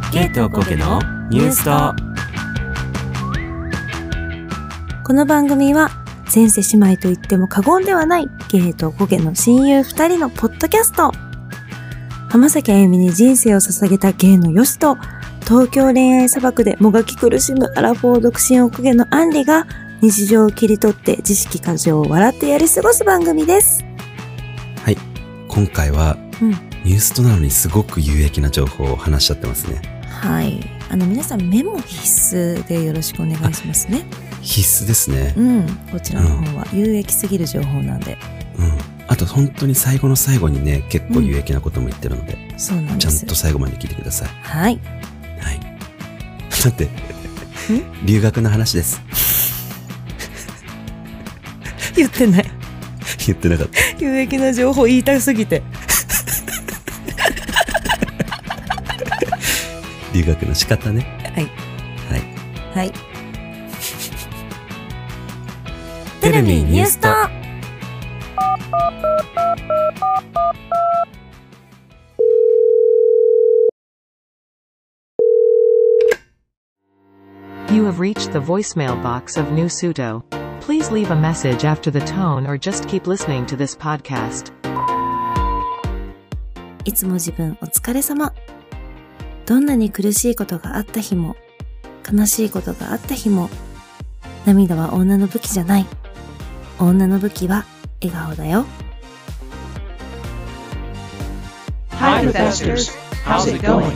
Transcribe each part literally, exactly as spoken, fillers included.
ケイトコケのニュースと。 この番組は前世姉妹と言っても過言ではないゲイとコケの親友二人のポッドキャスト。浜崎あゆみに人生を捧げたゲイのヨシと、東京恋愛砂漠でもがき苦しむアラフォー独身おこげのアンリが日常を切り取って知識過剰を笑ってやり過ごす番組です。 はい、今回は、 うん、 ニュースとなのにすごく有益な情報を話しちゃってますね。 はい、あの皆さんメモ必須でよろしくお願いしますね。 必須ですね。 うん、こちらの方は有益すぎる情報なんで。 うん。あと本当に最後の最後にね、結構有益なことも言ってるので、 うん、そうなんです。 ちゃんと最後まで聞いてください。 はい。 はい。だって、留学の話です。 言ってない。 言ってなかった。 有益な情報言いたすぎて。 留学の仕方ね。 はい。はい。はい。 テレビニュースと。 You have reached the voicemail box of New Suto. Please leave a message after the tone or just keep listening to this podcast. いつも自分お疲れ様。どんなに苦しいことがあった日も、悲しいことがあった日も、涙は女の武器じゃない。女の武器は笑顔だよ。 Hi investors, how's it going?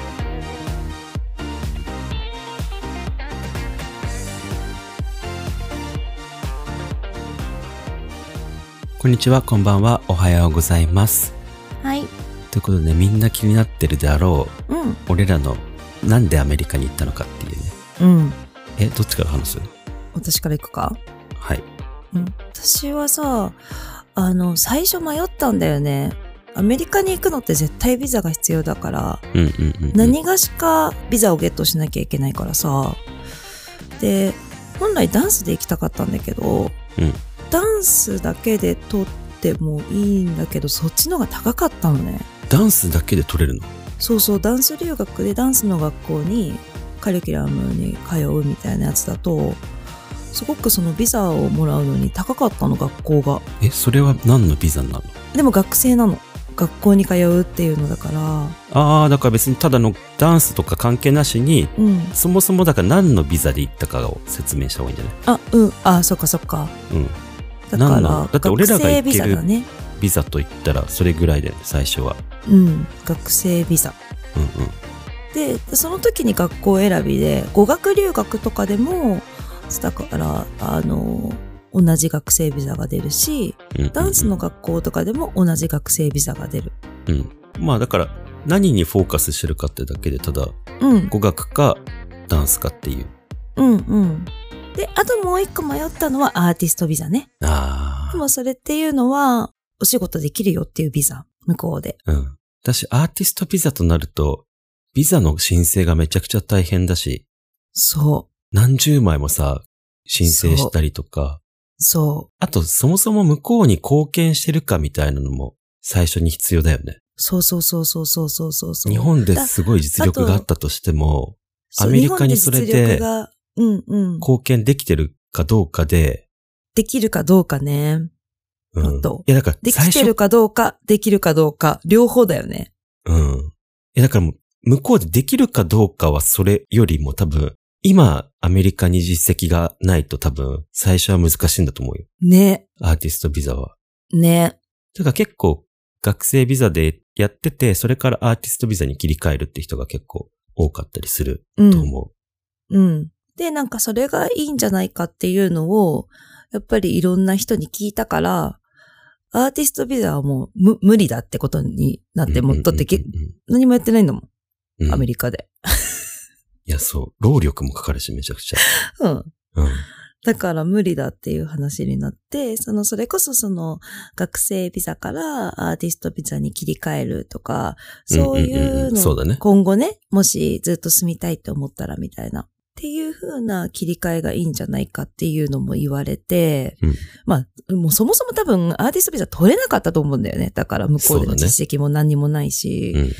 こんにちは、こんばんは、おはようございます。 はい。 ということでね、みんな気になってるであろう、 うん、俺らのなんでアメリカに行ったのかっていうね。 うん。 え、どっちから話す？ 私から行くか？ はい。 うん。私はさ、あの、最初迷ったんだよね。アメリカに行くのって絶対ビザが必要だから、 うんうんうんうん、 何がしかビザをゲットしなきゃいけないからさ。で、本来ダンスで行きたかったんだけど、 うん、 ダンスだけで取ってもいいんだけど、そっちの方が高かったのね。 ダンスだけで取れるの？そうそう、ダンス留学でダンスの学校にカリキュラムに通うみたいなやつだと、すごくそのビザをもらうのに高かったの、学校が。 え、それは何のビザなの？ でも学生なの。学校に通うっていうのだから。 ああ、だから別にただのダンスとか関係なしに、うん、そもそもだから何のビザで行ったかを説明した方がいいんじゃない？ あ、うん。あ、そっかそっか。 うん。 だから、 だって俺らが行けるね、 ビザと言ったらそれぐらいだよね、最初は。 うん。学生ビザ。 うんうん。 で、その時に学校選びで、語学留学とかでも、だから、あの、同じ学生ビザが出るし、うんうんうん、ダンスの学校とかでも同じ学生ビザが出る。 うん。まあだから、何にフォーカスしてるかってだけで、ただ、 うん、 語学かダンスかっていう。 うんうん。で、あともう一個迷ったのはアーティストビザね。 ああ。 でもそれっていうのは、お仕事できるよっていうビザ、向こうで。 うん。私、アーティストビザとなると、ビザの申請がめちゃくちゃ大変だし。 そう。 何十枚もさ、申請したりとか。 そう。 あと、そもそも向こうに貢献してるかみたいなのも最初に必要だよね。 そうそうそうそうそうそうそう。 日本ですごい実力があったとしても、アメリカにそれで貢献できてるかどうかで。 できるかどうかね。 うん。 あと。 いやだからできてるかどうか、できるかどうか、両方だよね。 うん。いやだからもう、向こうでできるかどうかはそれよりも多分、今、アメリカに実績がないと多分、最初は難しいんだと思うよ。 ね。 アーティストビザは。 ね。 だから結構、学生ビザでやってて、それからアーティストビザに切り替えるって人が結構多かったりすると思う。うん。うん。で、なんかそれがいいんじゃないかっていうのを、やっぱりいろんな人に聞いたから、アーティストビザはもう無無理だってことになってもっとってけ、何もやってないんだもん。うん、アメリカで。 いや、そう。労力もかかるし、めちゃくちゃ。 うん。 うん。 だから無理だっていう話になって、その、それこそその、学生ビザからアーティストビザに切り替えるとか、そういうの、今後ね、もしずっと住みたいと思ったらみたいな、っていう風な切り替えがいいんじゃないかっていうのも言われて、 うん、 まあ、もうそもそも多分アーティストビザ取れなかったと思うんだよね。だから向こうでの実績も何にもないし、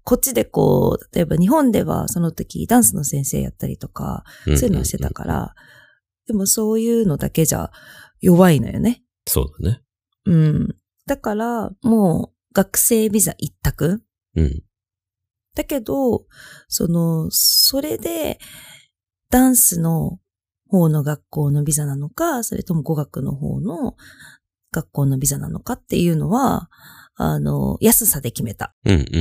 こっちでこう、例えば日本ではその時ダンスの先生やったりとか、そういうのをしてたから、でもそういうのだけじゃ弱いのよね。 そうだね。 うん。だから、もう学生ビザ一択。 うん。 だけど、その、それで、ダンスの方の学校のビザなのか、それとも語学の方の学校のビザなのかっていうのは、あの、安さで決めた。 うんうんうんうん。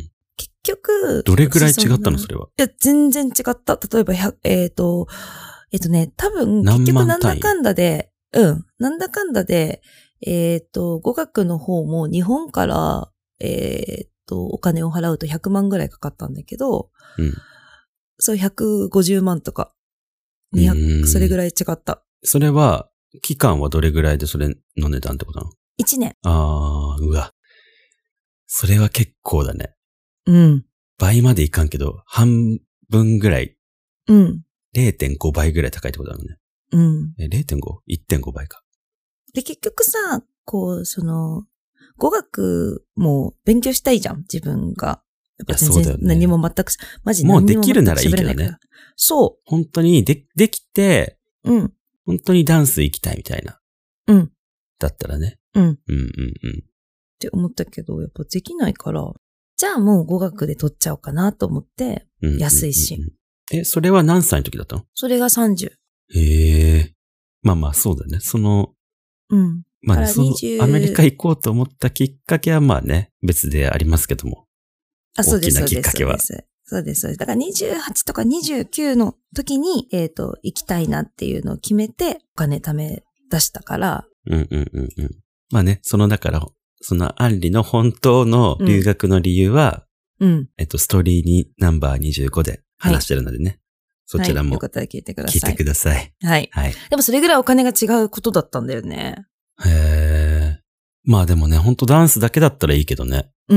結局、 どれくらい違ったのそれは。 いや、全然違った。例えば、えっと、えっとね、多分、結局なんだかんだで、うん、なんだかんだで、えっと、語学の方も日本から、えっと、お金を払うとひゃくまんぐらいかかったんだけど、 うん、 そうひゃくごじゅうまんとか、にひゃく、それぐらい違った。 それは、期間はどれぐらいでそれの値段ってことなの？ いちねん。 あー、うわ。それは結構だね。 うん。 倍までいかんけど、半分ぐらい。 うん。 れいてんごばいぐらい高いってことだよね。 うん。 え、れいてんご？いってんご 倍か。 で、結局さ、こう、その、語学も勉強したいじゃん、自分が。やっぱ全然何も全く、ね、マジ何も全く喋れないから。もうできるならいいけどね。そう。 本当にで、できて、 うん。 本当にダンス行きたいみたいな。 うん。 だったらね。 うん。うんうんうん。 って思ったけど、やっぱできないから、じゃあもう語学で取っちゃおうかなと思って、うんうんうん、安いし。 え、それは何歳の時だったの？ それがさんじゅう。 へえ。まあまあそうだね。その、 うん。 まあね、そのアメリカ行こうと思ったきっかけはまあね、別でありますけども。 あ、そうです。 大きなきっかけは。 そうです、そうです。だからにじゅうはちとかにじゅうきゅうの時に、えっと、行きたいなっていうのを決めて、お金貯め出したから。 うんうんうんうん。まあね、そのだから、そのアンリの本当の留学の理由は、うん。えっと、ストーリーにナンバーにじゅうごで話してるのでね。はい、そちらも。 はい、よかったら聞いてください。 聞いてください。 はい。はい。でもそれぐらいお金が違うことだったんだよね。 へー。まあでもね、本当ダンスだけだったらいいけどね。 うん。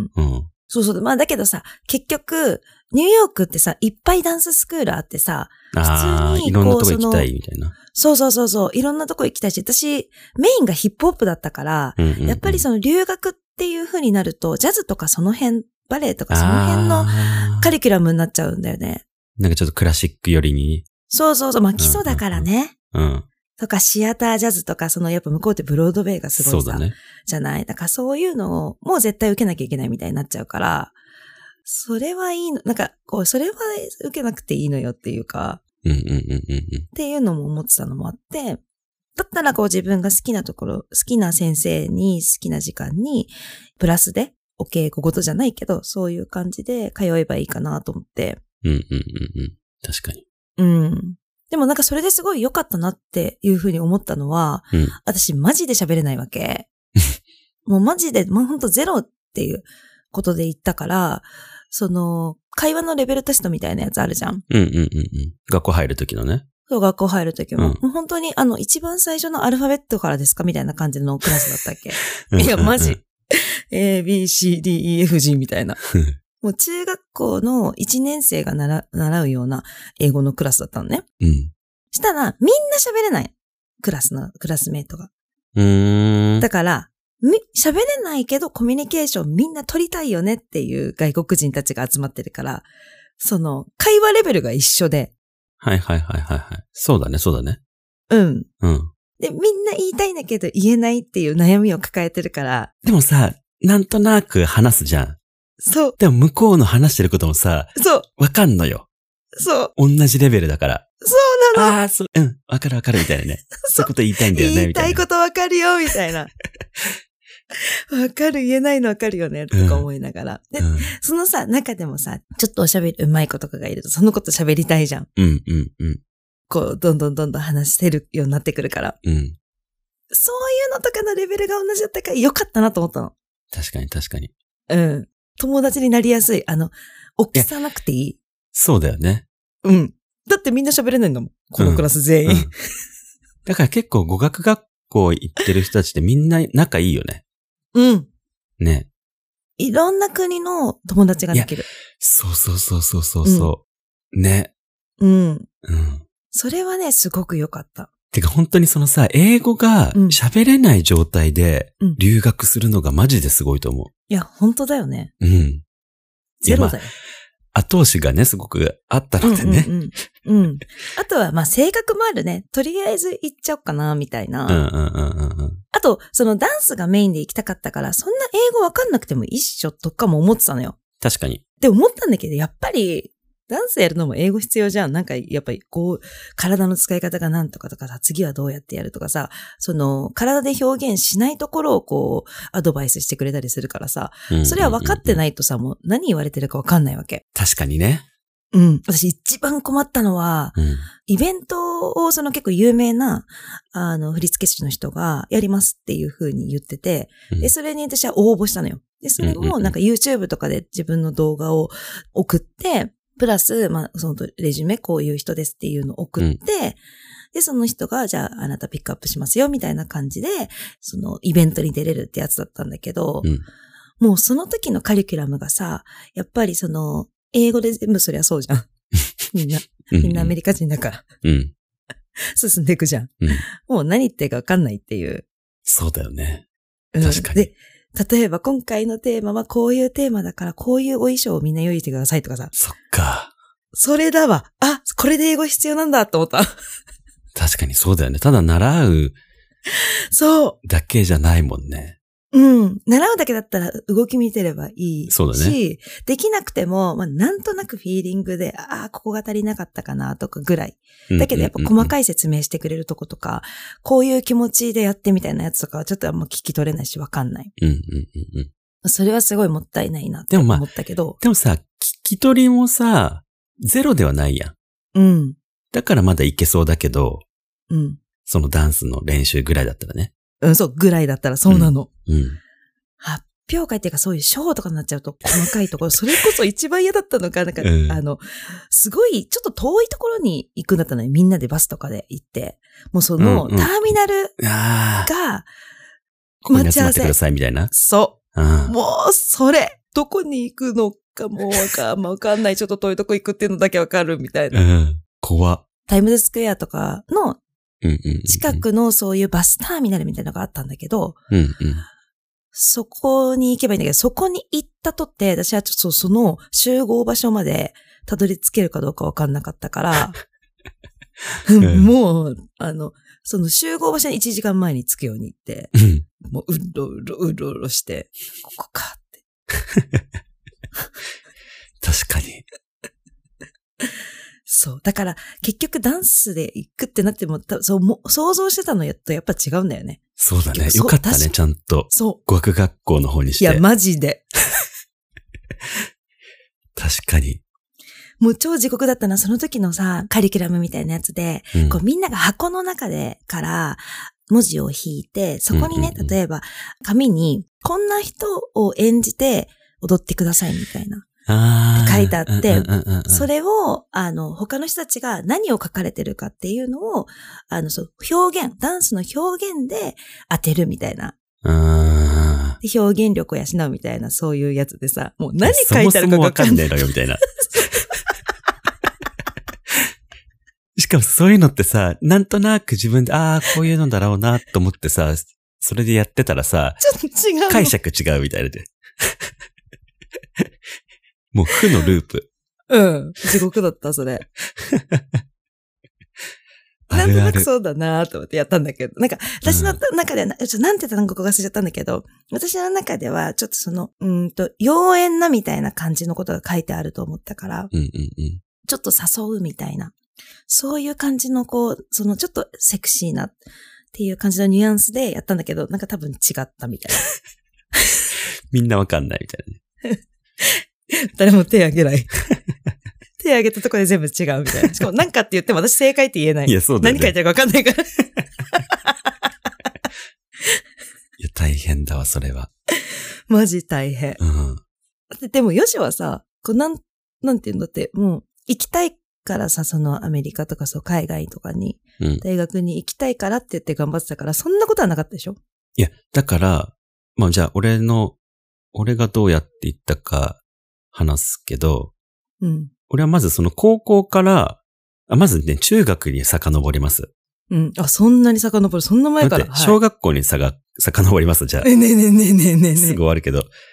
うん。 そうそう。まあだけどさ、結局、ニューヨークってさ、いっぱいダンススクールあってさ、 普通にいろんなとこ行きたいみたいな。 そうそうそうそう。いろんなとこ行きたいし、私、メインがヒップホップだったから、うんうんうん、やっぱりその留学っていう風になると、ジャズとかその辺、バレエとかその辺のカリキュラムになっちゃうんだよね。 なんかちょっとクラシック寄りに。 そうそうそう。まあ基礎だからね。 うん、うん。 とかシアタージャズとか、そのやっぱ向こうってブロードウェイがすごいさ。そうだね。じゃない。だからそういうのをもう絶対受けなきゃいけないみたいになっちゃうから、それはいいの、なんかこう、それは受けなくていいのよっていうか、 うんうんうんうんうん。 っていうのも思ってたのもあって、だったらこう自分が好きなところ、好きな先生に好きな時間に、プラスで、お稽古事じゃないけど、そういう感じで通えばいいかなと思って。 うんうんうんうん。確かに。 うん。でもなんかそれですごい良かったなっていうふうに思ったのは、うん、私マジで喋れないわけ。もうマジで、もうほんとゼロっていうことで言ったから、その、会話のレベルテストみたいなやつあるじゃん。 うんうんうんうん。学校入るときのね。 そう、学校入るときも、うん。もう本当にあの、一番最初のアルファベットからですかみたいな感じのクラスだったっけ。いや、マジ。A, B, C, D, E, F, G みたいな。もう中学校のいちねん生が習うような英語のクラスだったのね。 うん。 したら、みんな喋れない。クラスの、クラスメイトが。 うーん。 だから、み、喋れないけどコミュニケーションみんな取りたいよねっていう外国人たちが集まってるから、その、会話レベルが一緒で。 はいはいはいはいはい。そうだね、そうだね。 うん。 うん。 で、みんな言いたいんだけど言えないっていう悩みを抱えてるから。 でもさ、なんとなく話すじゃん。 そう。 でも向こうの話してることもさ、 そう。 わかんのよ。 そう。 同じレベルだから。 そうなの。 ああ、そう、うん、わかるわかるみたいなね。そういうこと言いたいんだよね、みたいな。 言いたいことわかるよ、みたいな。わかる、言えないのわかるよね、とか思いながら。うん、で、うん、そのさ、中でもさ、ちょっとおしゃべり上手い子とかがいると、そのこと喋りたいじゃん。 うんうんうん。 こう、どんどんどんどん話せるようになってくるから。 うん。 そういうのとかのレベルが同じだったからよかったなと思ったの。 確かに確かに。 うん。友達になりやすい。あの、起きさなくていい。 そうだよね。 うん。だってみんな喋れないんだもん。このクラス全員。うんうん、 だから結構語学学校行ってる人たちってみんな仲いいよね。 うん。 ね。 いろんな国の友達ができる。 そうそうそうそうそうそう、うん。ね。 うん。 うん。 それはね、すごく良かった。 てか本当にそのさ、英語が喋れない状態で留学するのがマジですごいと思う。 いや、本当だよね。 うん。 ゼロだよ。 後押しがね、すごくあったのでね。 うんうんうん。うん。あとは、まあ、性格もあるね。とりあえず行っちゃおうかな、みたいな。 うんうんうんうん。 あと、そのダンスがメインで行きたかったから、そんな英語わかんなくてもいいっしょ、とかも思ってたのよ。 確かに。 で、思ったんだけど、やっぱり、ダンスやるのも英語必要じゃん。なんか、やっぱり、こう、体の使い方がなんとかとかさ、次はどうやってやるとかさ、その、体で表現しないところをこう、アドバイスしてくれたりするからさ、それは分かってないとさ、もう何言われてるか分かんないわけ。 確かにね。 うん。私一番困ったのは、 うん、 イベントをその結構有名な、あの、振付師の人がやりますっていう風に言ってて、うん、で、それに私は応募したのよ。で、それもなんか YouTube とかで自分の動画を送って、プラス、まあ、そのレジュメこういう人ですっていうのを送って、うん、で、その人が、じゃああなたピックアップしますよみたいな感じで、そのイベントに出れるってやつだったんだけど、うん、もうその時のカリキュラムがさ、やっぱりその、英語で全部そりゃそうじゃん。みんな、みんなアメリカ人だから。うん。進んでいくじゃん。うん、もう何言ってるか分かんないっていう。 そうだよね。確かに。 で、例えば今回のテーマはこういうテーマだからこういうお衣装をみんな用意してくださいとかさ。 そっか。 それだわ。あ、これで英語必要なんだと思った。 確かにそうだよね。ただ習う。 そう。 だけじゃないもんね。 うん。習うだけだったら動き見てればいいし。 そうだね。 できなくても、まあ、なんとなくフィーリングで、ああ、ここが足りなかったかなとかぐらい。だけどやっぱ細かい説明してくれるとことか、こういう気持ちでやってみたいなやつとかはちょっとあんま聞き取れないしわかんない。 うんうんうんうん。 それはすごいもったいないなって思ったけど。でもまあ、でもさ、聞き取りもさ、ゼロではないやん。 うん。だからまだいけそうだけど、 うん。 そのダンスの練習ぐらいだったらね。 うん、そう、ぐらいだったらそうなの。 うん。うん、 発表会っていうかそういうショーとかになっちゃうと細かいところ、それこそ一番嫌だったのが、なんか、うん、あの、すごいちょっと遠いところに行くんだったのにみんなでバスとかで行って、もうその、ターミナルが、 ここに集まってくださいみたいな。 そう。 うん、 もう、それ、どこに行くのかもうわかん、わかんない。ちょっと遠いとこ行くっていうのだけわかるみたいな。 うん。怖っ。 タイムズスクエアとかの、近くのそういうバスターミナルみたいなのがあったんだけど、 うんうん、 そこに行けばいいんだけど、そこに行ったとって、私はちょっとその集合場所までたどり着けるかどうかわかんなかったから、うん、もう、あの、その集合場所にいちじかんまえに着くように行って、 うん、 もううろうろうろうろして、ここかって。 確かに。 そう。だから、結局ダンスで行くってなっても、そうも想像してたのとやっぱ違うんだよね。 そうだね。よかったね、ちゃんと。 そう。 語学学校の方にして。 いや、マジで。 確かに。 もう超地獄だったな、その時のさ、カリキュラムみたいなやつで、うん、こうみんなが箱の中でから文字を引いて、そこにね、うんうんうん、例えば紙に、こんな人を演じて踊ってくださいみたいな。って書いてあって、うんうんうんうん、それを、あの、他の人たちが何を書かれてるかっていうのを、あの、そう、表現、ダンスの表現で当てるみたいな。 あで表現力を養うみたいな、そういうやつでさ、もう何書いてあるかわかんない。 そもそもわかんないのよ、みたいな。しかもそういうのってさ、なんとなく自分で、ああ、こういうのだろうな、と思ってさ、それでやってたらさ、 ちょっと違う。 解釈違うみたいなで。もう負のループ。 うん。地獄だった、それ。なんとなくそうだなと思ってやったんだけど、なんか、私の中では、うん、ちょっとなんて単語か忘れちゃったんだけど、私の中では、ちょっとその、うんと、妖艶なみたいな感じのことが書いてあると思ったから、 うんうんうん、 ちょっと誘うみたいな、そういう感じのこう、そのちょっとセクシーなっていう感じのニュアンスでやったんだけど、なんか多分違ったみたいな。 みんなわかんないみたいなね。 誰も手あげない。手あげたところで全部違うみたいな。しかも何かって言っても私正解って言えない。 いや、そうだよね。 何書いてあるかわかんないから。いや、大変だわ、それは。 マジ大変。 うん。 で, でも、ヨシはさ、こうなん、なんていうんだって、もう、行きたいからさ、そのアメリカとかそう、海外とかに、うん、大学に行きたいからって言って頑張ってたから、そんなことはなかったでしょ？ いや、だから、まあじゃあ、俺の、俺がどうやって行ったか話すけど、 うん。 俺はまずその高校から、あまずね、中学に遡ります。 うん。あ、そんなに遡る。そんな前から。 小学校にさが、遡ります。じゃあ。 ねえねえねえねえねえ。 すぐ終わるけど。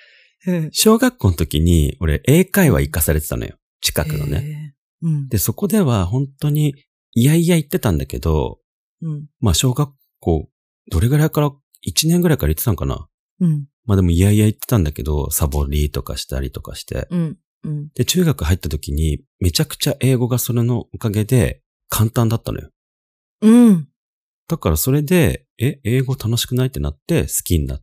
小学校の時に俺英会話行かされてたのよ。近くのね。 うん、 で、そこでは本当にいやいや言ってたんだけど、 うん、 まあ小学校、どれぐらいからいちねんぐらいから言ってたのかな。 うん、 まあでもいやいや言ってたんだけど、サボりとかしたりとかして。 うんうん、 で、中学入った時にめちゃくちゃ英語がそれのおかげで簡単だったのよ。 うん。 だからそれで、え、英語楽しくないってなって好きになって、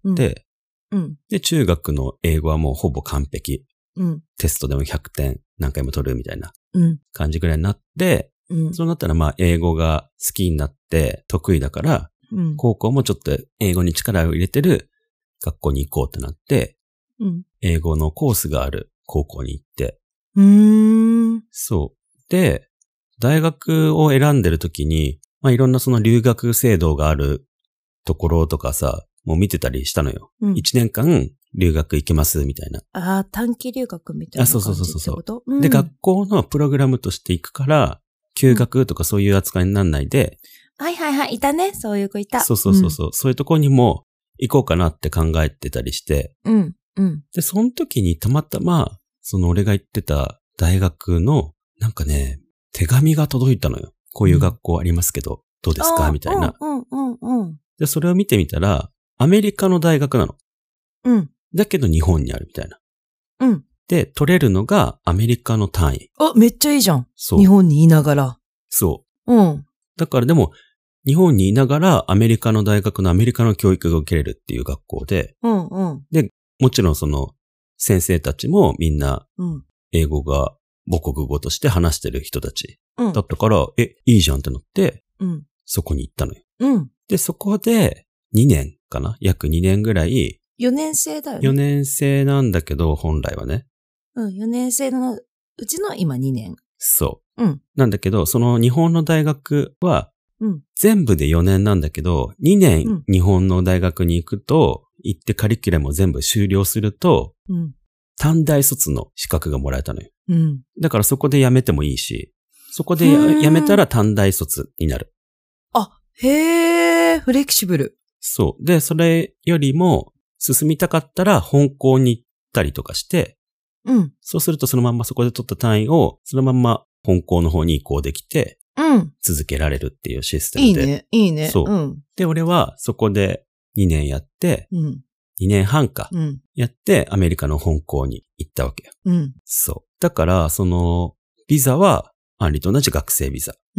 うんうん、 で、中学の英語はもうほぼ完璧。 うん、 テストでもひゃくてん何回も取るみたいな感じぐらいになって、 うん、 そうなったらまあ英語が好きになって得意だから、 うん、 高校もちょっと英語に力を入れてる学校に行こうってなって、 うん、 英語のコースがある高校に行って、 うーん、 そう。で、大学を選んでる時に、まあいろんなその留学制度があるところとかさ、もう見てたりしたのよ。うん、いちねんかん留学行けますみたいな。 ああ、短期留学みたいな感じってこと？ あ、そうそうそうそう、 うん。 で、学校のプログラムとして行くから、休学とかそういう扱いにならないで、 うん、はいはいはい、いたね。そういう子いた。 そうそうそうそう、うん、そういうところにも行こうかなって考えてたりして、 うん、うん。 で、その時にたまたま、その俺が行ってた大学の、なんかね、手紙が届いたのよ。こういう学校ありますけど、どうですかみたいな。 うんうんうんうん。 で、それを見てみたら、アメリカの大学なの。 うん。 だけど日本にあるみたいな。 うん。 で、取れるのがアメリカの単位。 あ、めっちゃいいじゃん。 そう。 日本にいながら。 そう。うん。 だからでも、日本にいながらアメリカの大学のアメリカの教育が受けれるっていう学校で。 うんうん。 で、もちろんその先生たちもみんな英語が母国語として話してる人たちだったから、うん、え、いいじゃんってなって、 うん、 そこに行ったのよ。 うん。 で、そこでにねんかな約にねんぐらい。 よねん生だよね。 よねん生なんだけど、本来はね。 うん、よねん生のうちの今にねん。 そう。 うん。 なんだけど、その日本の大学は、 うん、 全部でよねんなんだけど、にねん日本の大学に行くと、行ってカリキュラムを全部修了すると、 うん、 短大卒の資格がもらえたのよ。 うん、 だからそこで辞めてもいいし、そこで辞めたら短大卒になる。 あ、へー、フレキシブル。 そう。で、それよりも進みたかったら本校に行ったりとかして、 うん。 そうするとそのまんまそこで取った単位をそのまんま本校の方に移行できて、 うん。 続けられるっていうシステムで。 いいね、いいね。 そう。うん、で、俺はそこでにねんやって、 うん、 にねんはんか、 うん、 やってアメリカの本校に行ったわけよ。 うん。 そう。だから、その、ビザは、アンリと同じ学生ビザ。 うん。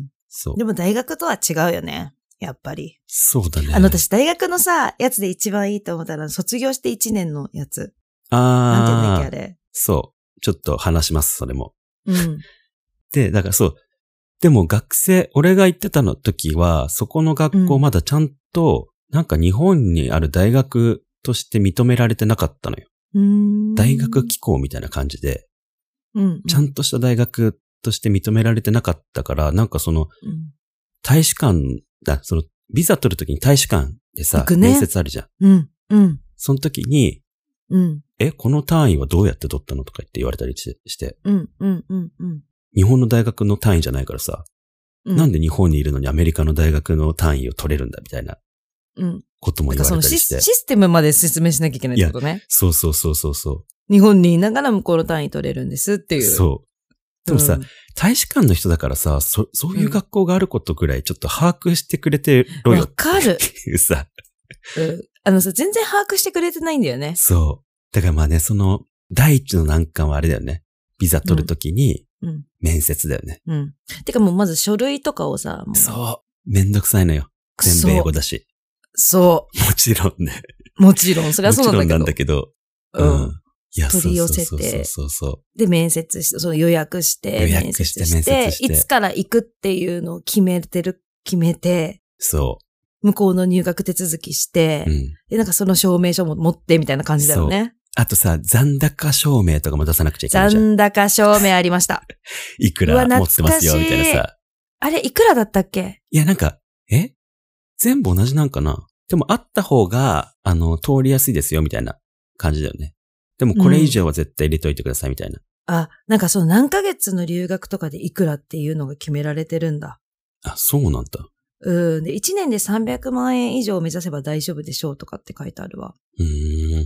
そう。 でも大学とは違うよね。やっぱり。 そうだね。 あの、私大学のさ、やつで一番いいと思ったら、卒業していちねんのやつ。 ああ。 なんて言うんだっけ、あれ。 そう。ちょっと話します、それも。 うん。 で、だからそう。でも学生、俺が行ってたの時は、そこの学校まだちゃんと、うん、なんか日本にある大学として認められてなかったのよ。 うーん大学機構みたいな感じで、 うんうん、 ちゃんとした大学として認められてなかったから、なんかその、うん、大使館だ、その、ビザ取るときに大使館でさ、ね、面接あるじゃん。 うん、うん。 その時に、 うん、 え、この単位はどうやって取ったのとか言って言われたりして、 うん、うん、うん、うん。 日本の大学の単位じゃないからさ、うん、なんで日本にいるのにアメリカの大学の単位を取れるんだみたいな、うん。ことも言われたりして。 そのシステムまで説明しなきゃいけないってことね。 そうそうそうそうそう。 日本にいながら向こうの単位取れるんですっていう。 そう。でもさ、うん、大使館の人だからさ、そ、そういう学校があることぐらいちょっと把握してくれてろよ。 わかる。 っていうさ、 うん。あのさ、全然把握してくれてないんだよね。 そう。だからまあね、その、第一の難関はあれだよね。ビザ取るときに、面接だよね。 うん。うん。てかもうまず書類とかをさ、もうそう。めんどくさいのよ。全部英語だし。 そう。 もちろんね。 もちろん、それはそうなんだけど。 もちろんなんだけど。 うん。うん、 いや、 取り寄せて。 そうそうそうそうで、面接して、その予約して、 予約して、面接して。 いつから行くっていうのを決めてる、決めて。 そう。 向こうの入学手続きして、うん、で、なんかその証明書も持ってみたいな感じだよね。 あとさ、残高証明とかも出さなくちゃいけないじゃん。 残高証明ありました。 いくら持ってますよ、みたいなさ。 あれ、いくらだったっけ？ いや、なんか、え全部同じなんかな？でもあった方が、あの、通りやすいですよ、みたいな感じだよね。でもこれ以上は絶対入れといてください、みたいな、 うん。あ、なんかその何ヶ月の留学とかでいくらっていうのが決められてるんだ。 あ、そうなんだ。 うん。で、いちねんでさんびゃくまんえん以上目指せば大丈夫でしょうとかって書いてあるわ。 うーん。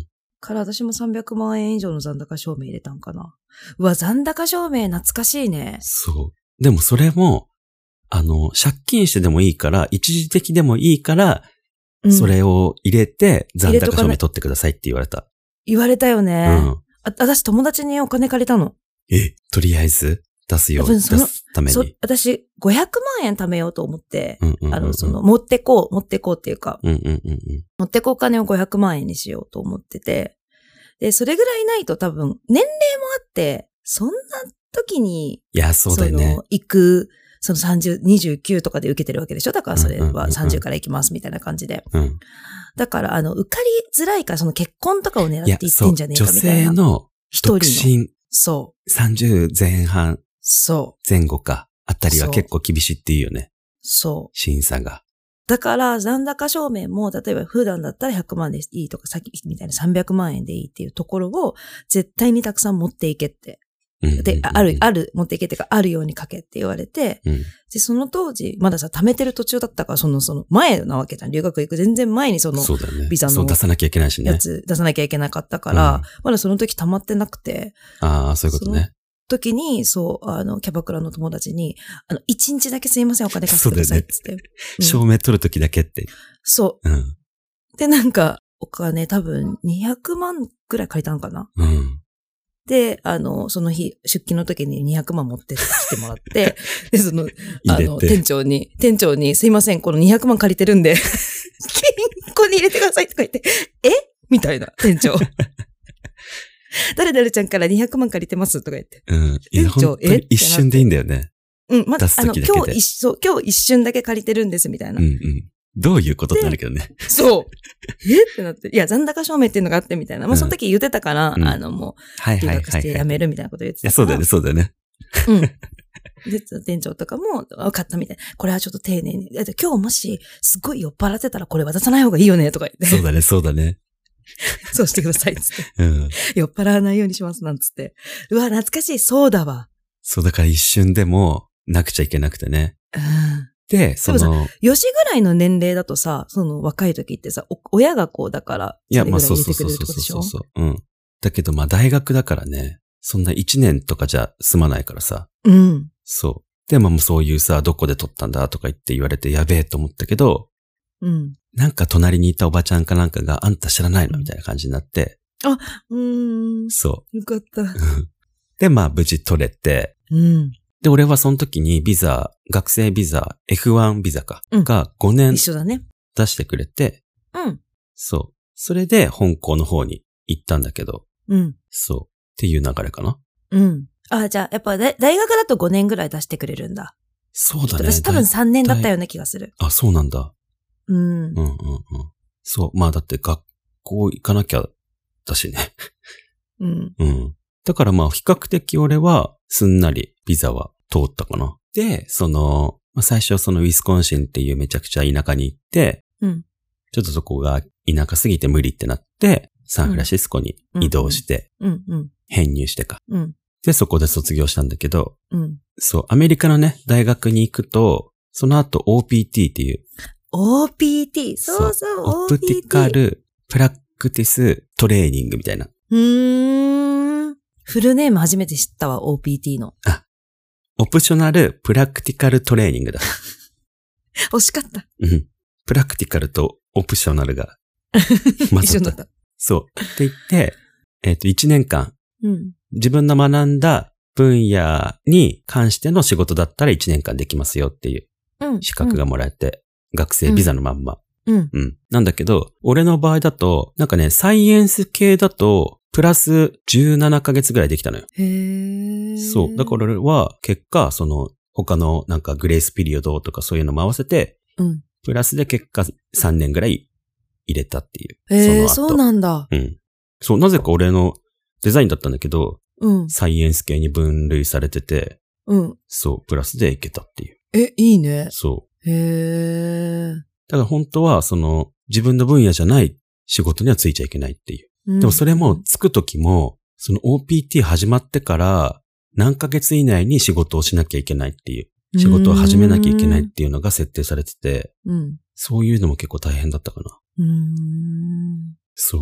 から私もさんびゃくまんえん以上の残高証明入れたんかな。うわ、残高証明懐かしいね。 そう。でもそれも、あの、借金してでもいいから、一時的でもいいから、うん、それを入れて残高証明取ってくださいって言われた。 言われたよね。うん。あ、私友達にお金借りたの。 え、とりあえず出すよう、出すために。 私、ごひゃくまんえん貯めようと思って、うんうんうんうん、あの、その、持ってこう、持ってこうっていうか、 うんうんうんうん、 持ってこうお金をごひゃくまんえんにしようと思ってて、で、それぐらいないと多分、年齢もあって、そんな時に、 いや、そうだよね。 その、行く、そのさんじゅう、にじゅうきゅうとかで受けてるわけでしょ？だからそれはさんじゅうから行きますみたいな感じで。 うん、 だから、あの、受かりづらいから、その結婚とかを狙って行ってんじゃねえかみたいな。 女性の独身。 そう。 さんじゅう前半。 そう。 前後か。あたりは結構厳しいっていうよね。 そう。 審査が。 だから、残高証明も、例えば普段だったらひゃくまんでいいとか、さっきみたいなさんびゃくまんえんでいいっていうところを、絶対にたくさん持っていけって。で、ある、ある、持っていけってか、あるように書けって言われて、 うん、 で、その当時、まださ、貯めてる途中だったから、その、その、前なわけじゃん。留学行く全然前にその、 そうだね、 ビザの、 そう出さなきゃいけないしね。 やつ出さなきゃいけなかったから、うん、まだその時溜まってなくて。 ああ、そういうことね。 時に、そう、あの、キャバクラの友達に、あの、一日だけすいません、お金貸してくださいって言って。ねうん、証明取る時だけって。 そう。 うん。 で、なんか、お金多分にひゃくまんくらい借りたのかな。 うん。 で、あの、その日、出勤の時ににひゃくまん持ってきてもらって、で、その、あの、店長に、店長に、すいません、このにひゃくまん借りてるんで、金庫に入れてくださいとか言って、えみたいな、店長。誰々ちゃんからにひゃくまん借りてますとか言って。 うん。店長、え一瞬でいいんだよね。 うん、まだ、あの、今日一瞬、今日一瞬だけ借りてるんです、みたいな。 うんうん。どういうことってなるけどね。 そう。えってなって。いや、残高証明っていうのがあってみたいな。まあ、その時言ってたから、うん、あの、もう、留学して辞めるみたいなこと言ってたから。 そうだよね、そうだよね。 うん。で、店長とかも、分かったみたいな。これはちょっと丁寧に。だって今日もし、すごい酔っ払ってたらこれ渡さない方がいいよね、とか言って。 そうだね、そうだね。 そうしてください、つって。 うん。 酔っ払わないようにします、なんつって。うわ、懐かしい、そうだわ。 そう、だから一瞬でも、なくちゃいけなくてね。 うん。 で、その、 よしぐらいの年齢だとさ、その若い時ってさ、親がこうだから、 いや、まあそうそうそうそうそうそう。うん。だけどまあ大学だからね、そんないちねんとかじゃ済まないからさ。 うん。 そう。で、まあもうそういうさ、どこで撮ったんだとか言って言われてやべえと思ったけど、 うん。 なんか隣にいたおばちゃんかなんかがあんた知らないのみたいな感じになって。 あ、うーん。 そう。 よかった。 で、まあ無事撮れて。 うん。 で、俺はその時にビザ、学生ビザ、エフワン ビザか、うん、がごねん一緒だね。 出してくれて、 うん。 そう。それで香港の方に行ったんだけど、 うん。 そう。っていう流れかな。 うん。あ、じゃあ、やっぱ大学だとごねんぐらい出してくれるんだ。 そうだね。 私多分さんねんだったような気がする。 あ、そうなんだ。 うん。 うんうんうん。そう。まあだって学校行かなきゃだしね。 うん。 うん。だからまあ比較的俺はすんなりビザは通ったかな。で、その、まあ、最初そのウィスコンシンっていうめちゃくちゃ田舎に行って、 うん、 ちょっとそこが田舎すぎて無理ってなって、サンフランシスコに移動して、 うんうん、 編入してか、 うん。 で、そこで卒業したんだけど、 うん、 そう、アメリカのね、大学に行くと、その後 オーピーティー っていう。 オーピーティー? そうそう、 オプティカルプラクティストレーニングみたいな。 うーん。フルネーム初めて知ったわ、オーピーティー の。 あ、オプショナルプラクティカルトレーニングだ。 惜しかった。 うん。プラクティカルとオプショナルが混ざった。一緒だった。そう。って言って、えっと、いちねんかん、うん、 自分の学んだ分野に関しての仕事だったらいちねんかんできますよっていう資格がもらえて、うん、学生ビザのまんま。 うん。 うん。なんだけど、俺の場合だと、なんかね、サイエンス系だと、プラスじゅうななかげつぐらいできたのよ。 へー。 そう。だから俺は結果、その他のなんかグレースピリオドとかそういうのも合わせて、 うん、 プラスで結果さんねんぐらい入れたっていう。 へー、 その後。 そうなんだ。 うん。そう、なぜか俺のデザインだったんだけど、 うん、 サイエンス系に分類されてて、 うん。 そう、プラスでいけたっていう。 え、いいね。 そう。 へー。 だから本当はその自分の分野じゃない仕事にはついちゃいけないっていう。でもそれもつくときも、その オーピーティー 始まってから何ヶ月以内に仕事をしなきゃいけないっていう、仕事を始めなきゃいけないっていうのが設定されてて、 うん、 そういうのも結構大変だったかな。 うーん、 そう。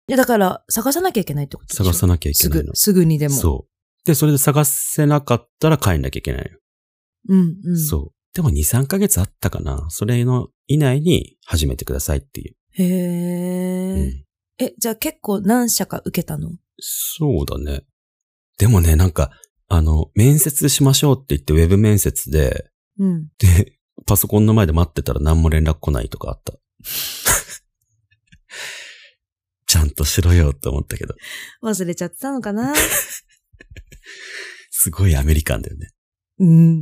や、だから、探さなきゃいけないってことでしょ？ 探さなきゃいけないの。 すぐ、すぐにでも。 そう。で、それで探せなかったら帰んなきゃいけないの。 うんうん。 そう。でもに、さんかげつあったかな。それの以内に始めてくださいっていう。 へー。うん、え、じゃあ結構何社か受けたの？ そうだね。でもね、なんか、あの、面接しましょうって言ってウェブ面接で、 うん。 で、パソコンの前で待ってたら何も連絡来ないとかあった。ちゃんとしろよって思ったけど。 忘れちゃってたのかなすごいアメリカンだよね。 うん。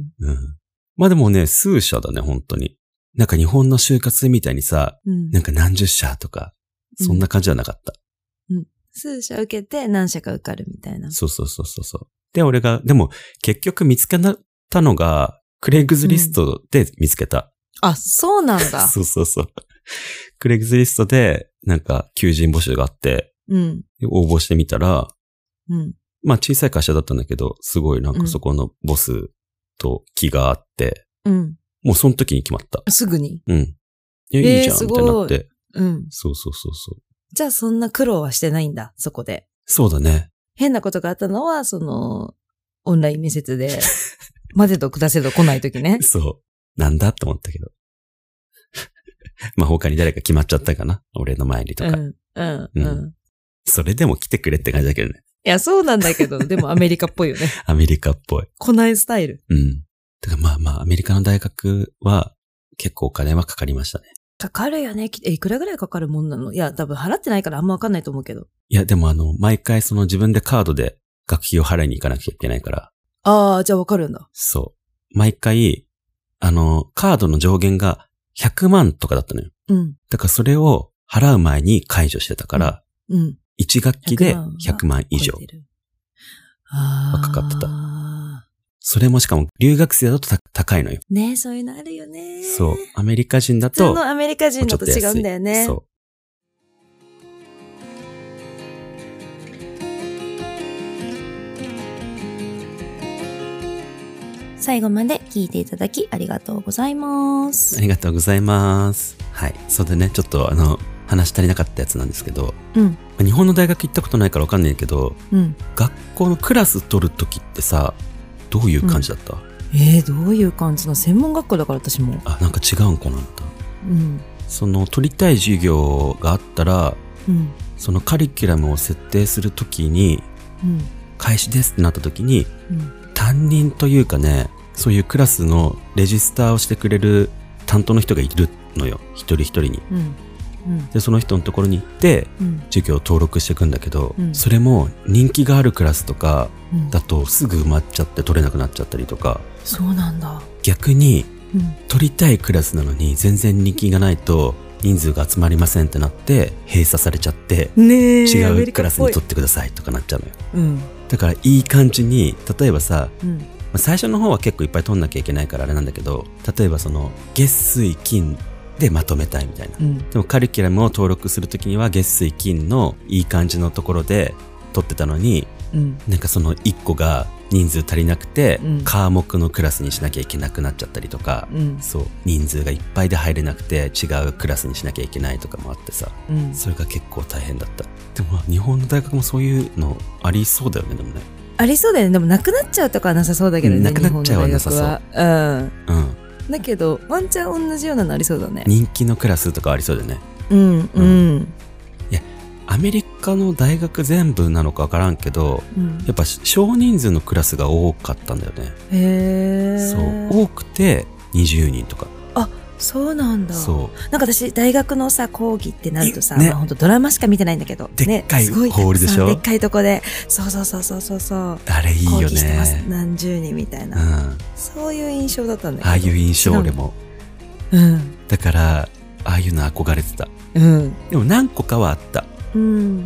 うん。まあでもね、数社だね、本当に。なんか日本の就活みたいにさ、うん、なんか何十社とか、そんな感じじゃなかった。 うん。うん、数社受けて何社か受かるみたいな。 そうそうそうそう。で、俺が、でも結局見つけたのが、クレイグズリストで見つけた。 うん、あ、そうなんだ。 そうそうそう。クレイグズリストで、なんか、求人募集があって、 うん。 応募してみたら、 うん。 まあ、小さい会社だったんだけど、すごいなんかそこのボスと気があって、 うん。 もうその時に決まった。 すぐに？ うん。いや、いいじゃん、みたいになって。 うん。 そうそうそうそう。 じゃあ、そんな苦労はしてないんだ、そこで。 そうだね。 変なことがあったのは、その、オンライン面接で、待てと下せと来ない時ね。 そう。なんだって思ったけど。まあ他に誰か決まっちゃったかな、俺の前にとか。 うん、うん、うん。 それでも来てくれって感じだけどね。 いや、そうなんだけど、でもアメリカっぽいよね。 アメリカっぽい。 来ないスタイル。 うん。だからまあまあ、アメリカの大学は結構お金はかかりましたね。 かかるよね。え、いくらぐらいかかるもんなの？いや、多分払ってないからあんまわかんないと思うけど。 いや、でもあの、毎回その自分でカードで学費を払いに行かなきゃいけないから。 ああ、じゃあわかるんだ。 そう。毎回、あの、カードの上限がひゃくまんとかだったのよ。 うん。 だからそれを払う前に解除してたから、 うん。うん、 いち学期でひゃくまん以上はかかってた。それもしかも留学生だと高いのよ。 ねえ、そういうのあるよね。 そう。アメリカ人だと。 普通のアメリカ人だと違うんだよね。 そう。 最後まで聞いていただきありがとうございます。 ありがとうございます。はい。そうでね、ちょっとあの、話足りなかったやつなんですけど、 うん、 日本の大学行ったことないからわかんないけど、 うん、 学校のクラス取るときってさ、どういう感じだった？うん、 えー、どういう感じの専門学校だから私も。 あ、なんか違うんかな。 うん。 その取りたい授業があったら、 うん、 そのカリキュラムを設定するときに、 うん、 開始ですってなったときに、 うん、 担任というかね、そういうクラスのレジスターをしてくれる担当の人がいるのよ。一人一人に。 うんうん、 で、その人のところに行って、うん、授業を登録していくんだけど、うん、それも人気があるクラスとかだとすぐ埋まっちゃって取れなくなっちゃったりとか。 そうなんだ。 逆に、 うん、 取りたいクラスなのに全然人気がないと人数が集まりませんってなって閉鎖されちゃって、 ね、 違うクラスに取ってくださいとかなっちゃうのよ。 うん、 だからいい感じに、例えばさ、 うん最初の方は結構いっぱい取んなきゃいけないからあれなんだけど、例えばその月水金でまとめたいみたいな、 うん、 でもカリキュラムを登録するときには月水金のいい感じのところで取ってたのに、 うん、 なんかそのいっこが人数足りなくて、 うん、 科目のクラスにしなきゃいけなくなっちゃったりとか、 うん、 そう人数がいっぱいで入れなくて違うクラスにしなきゃいけないとかもあってさ、 うん、 それが結構大変だった。でも日本の大学もそういうのありそうだよね。でもねありそうだよね。でもなくなっちゃうとかはなさそうだけどね。 なくなっちゃうはなさそう。 うん。 うん。 だけどワンチャン同じようなのありそうだね。 人気のクラスとかありそうだよね。 うんうん。うん、 いやアメリカの大学全部なのかわからんけど、 うん、 やっぱ少人数のクラスが多かったんだよね。 へー。 そう多くてにじゅうにんとか。 あ、そうなんだ。 そう。 なんか私大学のさ講義ってなるとさ、 ね、 まあ、本当ドラマしか見てないんだけど、 でっかいホールでしょ。 でっかいとこで、そうそうそうそうそうそう。 あれいいよね。 講義してます何十人みたいな、 うん、 そういう印象だったんだけど。 ああいう印象俺も。 うん。 だからああいうの憧れてた。 うん。 でも何個かはあった。 うん。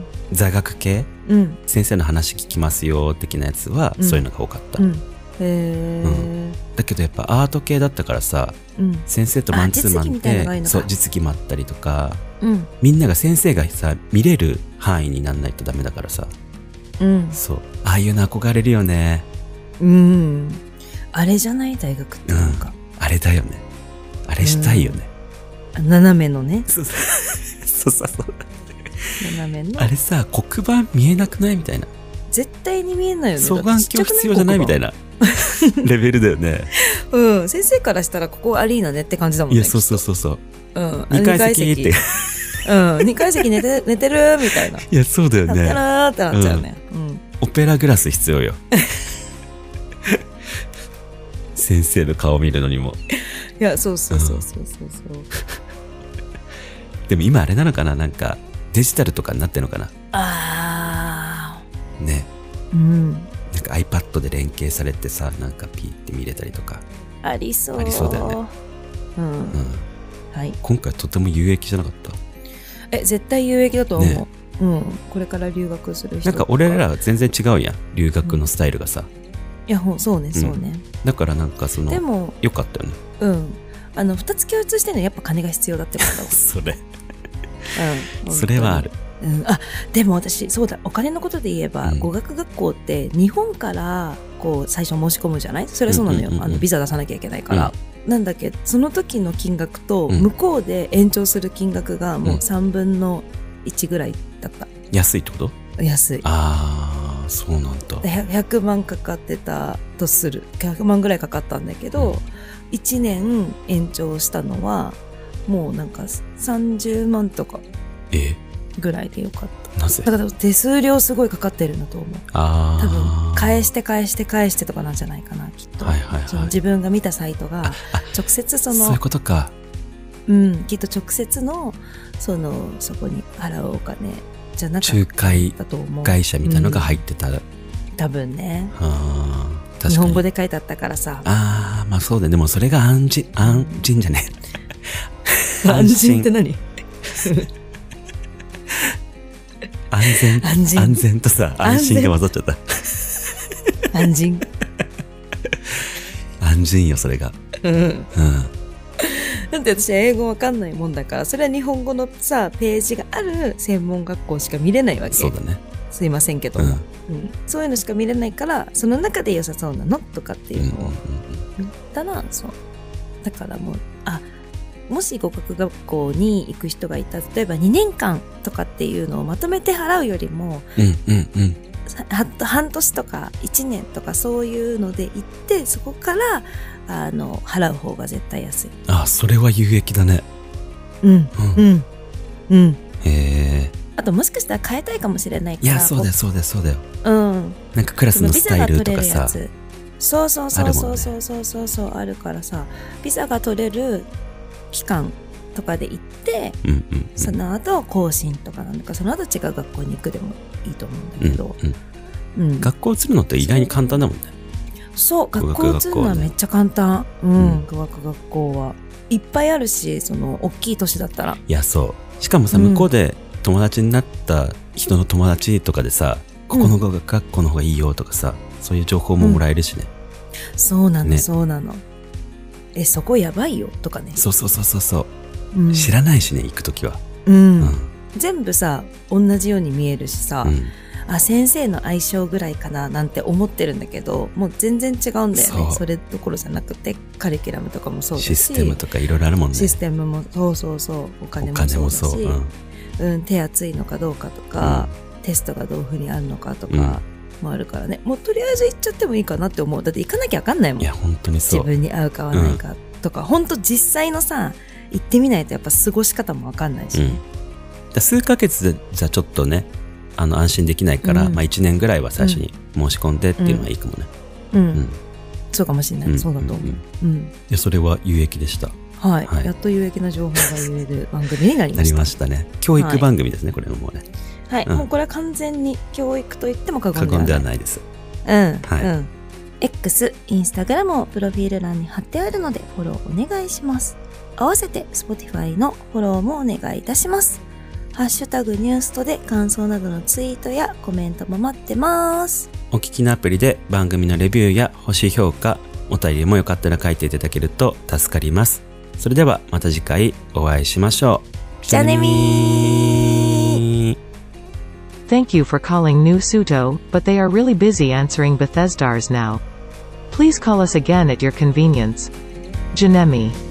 座学系、 うん、 先生の話聞きますよ的なやつは、うん、そういうのが多かった。 うん、へー、うん、 だけどやっぱアート系だったからさ、 うん、 先生とマンツーマンでそう実技もあったりとか、うん、みんなが先生がさ見れる範囲になんないとダメだからさ、 うん、 そうああいうの憧れるよね。 うん、あれじゃない大学ってなんか、 うん、あれだよね。あれしたいよね。 うん、斜めのね。 そうそうそうそう。 斜めの。 あれさ、黒板見えなくないみたいな。 絶対に見えないよね。 双眼鏡必要じゃないみたいなレベルだよね。 うん。先生からしたらここアリーナねって感じだもんね。 いや、そうそうそうそう。 うん。 にかい席って。 うん。にかい席寝て、寝てるみたいな。いや、そうだよね。 やったらーってなっちゃうね。うん。うん、 オペラグラス必要よ。先生の顔見るのにも。 いや、そうそうそうそうそうそう。 でも今あれなのかな、なんかデジタルとかになってるのかな。 ああ。ね。 うん。 なんか iPad で連携されてさ、なんかピーって見れたりとか。 ありそう。 ありそうだよね。 うん。うん。はい。 今回とても有益じゃなかった？ え、絶対有益だと思う。ね、うん。これから留学する人とか。 なんか俺らは全然違うやん。留学のスタイルがさ。うん、 いや、ほそうね、そうね。 うん、だからなんかその、 でも、 よかったよね。 うん。あの、二つ共通してるのはやっぱ金が必要だってことだわ。 それ。 うん。 それはある。 うん、あ、でも私、そうだ、お金のことで言えば、うん、語学学校って日本からこう最初申し込むじゃない？それはそうなのよ。うんうんうん、あのビザ出さなきゃいけないから。うん、なんだけど、その時の金額と向こうで延長する金額がもうさんぶんのいちぐらいだった。うん、 安いってこと？ 安い。 ああ、そうなんだ。 ひゃくまんかかってたとする。ひゃくまんぐらいかかったんだけど、うん、いちねん延長したのはもうなんかさんじゅうまんとか。 え？ ぐらいでよかった。 なぜ？ だから手数料すごいかかってるんだと思う。 ああ。 多分返して返して返してとかなんじゃないかな、きっと。 はいはいはい。 その自分が見たサイトが直接そのそういうことか。 うん、きっと直接のそのそこに払うお金じゃなかった仲介会社みたいなのが入ってた。うん、 多分ね。 ああ。確かに。 日本語で書いてあったからさ。 ああ、まあそうだね。でもそれが安心安心じゃねえ。安心って何？ 安全安心安全とさ安心が混ざっちゃった。 安心安心よそれが。 うん。うん。だって私英語わかんないもんだから、それは日本語のさページがある専門学校しか見れないわけ。 そうだね。 すいませんけども、うんうん、そういうのしか見れないから、その中で良さそうなのとかっていうのを見たら、そうだからもうあ。もし語学学校に行く人がいた、例えばにねんかんとかっていうのをまとめて払うよりも、 うんうんうん、 半年とかいちねんとかそういうので行って、そこからあの払う方が絶対安い。 あ、それは有益だね。 うんうんうんうん。 へえ。 あともしかしたら変えたいかもしれないから。 いや、そうだよそうだよそうだよ。 うん。 なんかクラスのスタイルとかさ。 そうそうそうそうそうそうそうそうあるからさ、ビザが取れる期間とかで行って、 うんうんうん、 その後更新とかなんだか、その後違う学校に行くでもいいと思うんだけど、 うんうんうん、学校移るのって意外に簡単だもんね。 そう、学校移るのはめっちゃ簡単。うん、語学学校はいっぱいあるし、その大きい都市だったら。 いや、そう。しかもさ、向こうで友達になった人の友達とかでさ、うん、ここの語学学校の方がいいよとかさ、そういう情報ももらえるしね。 うん、そうなの、ね、そうなの。え、そこやばいよとかね。 そうそうそうそうそう、うん、知らないしね、行くときは、 うんうん、全部さ同じように見えるしさ、 うん、 あ、先生の相性ぐらいかななんて思ってるんだけど、もう全然違うんだよね。 そ, それどころじゃなくて、カリキュラムとかもそうだし、 システムとかいろいろあるもんね。 システムもそうそうそう、お金もそうだし、うんうん、手厚いのかどうかとか、うん、テストがどういうふうにあるのかとか、うん、もあるからね。もうとりあえず行っちゃってもいいかなって思う。だって行かなきゃ分かんないもん。 いや本当にそう。 自分に合うか合わないかとか、うん、本当実際のさ行ってみないとやっぱ過ごし方も分かんないし、ね、 うん、だ数ヶ月でじゃあちょっとね、あの安心できないから、うん、まあいちねんぐらいは最初に申し込んでっていうのがいいかもね。 うん、うんうん、そうかもしれない、うん、そうだと思う、うんうん、 でそれは有益でした。 はい、はい、やっと有益な情報が言える番組になりました。なりましたね。教育番組ですね、はい、これもね。 はい、うん、もうこれは完全に教育と言っても過言ではない。過言ではないです。 うん、はい、うん。X、インスタグラムをプロフィール欄に貼ってあるのでフォローお願いします。合わせて Spotify のフォローもお願いいたします。ハッシュタグニュースとで感想などのツイートやコメントも待ってます。 お聞きのアプリで番組のレビューや星評価、お便りもよかったら書いていただけると助かります。それではまた次回お会いしましょう。 じゃあねみー。 Thank you for calling New Suto, but they are really busy answering Bethesdars now. Please call us again at your convenience. Janemi.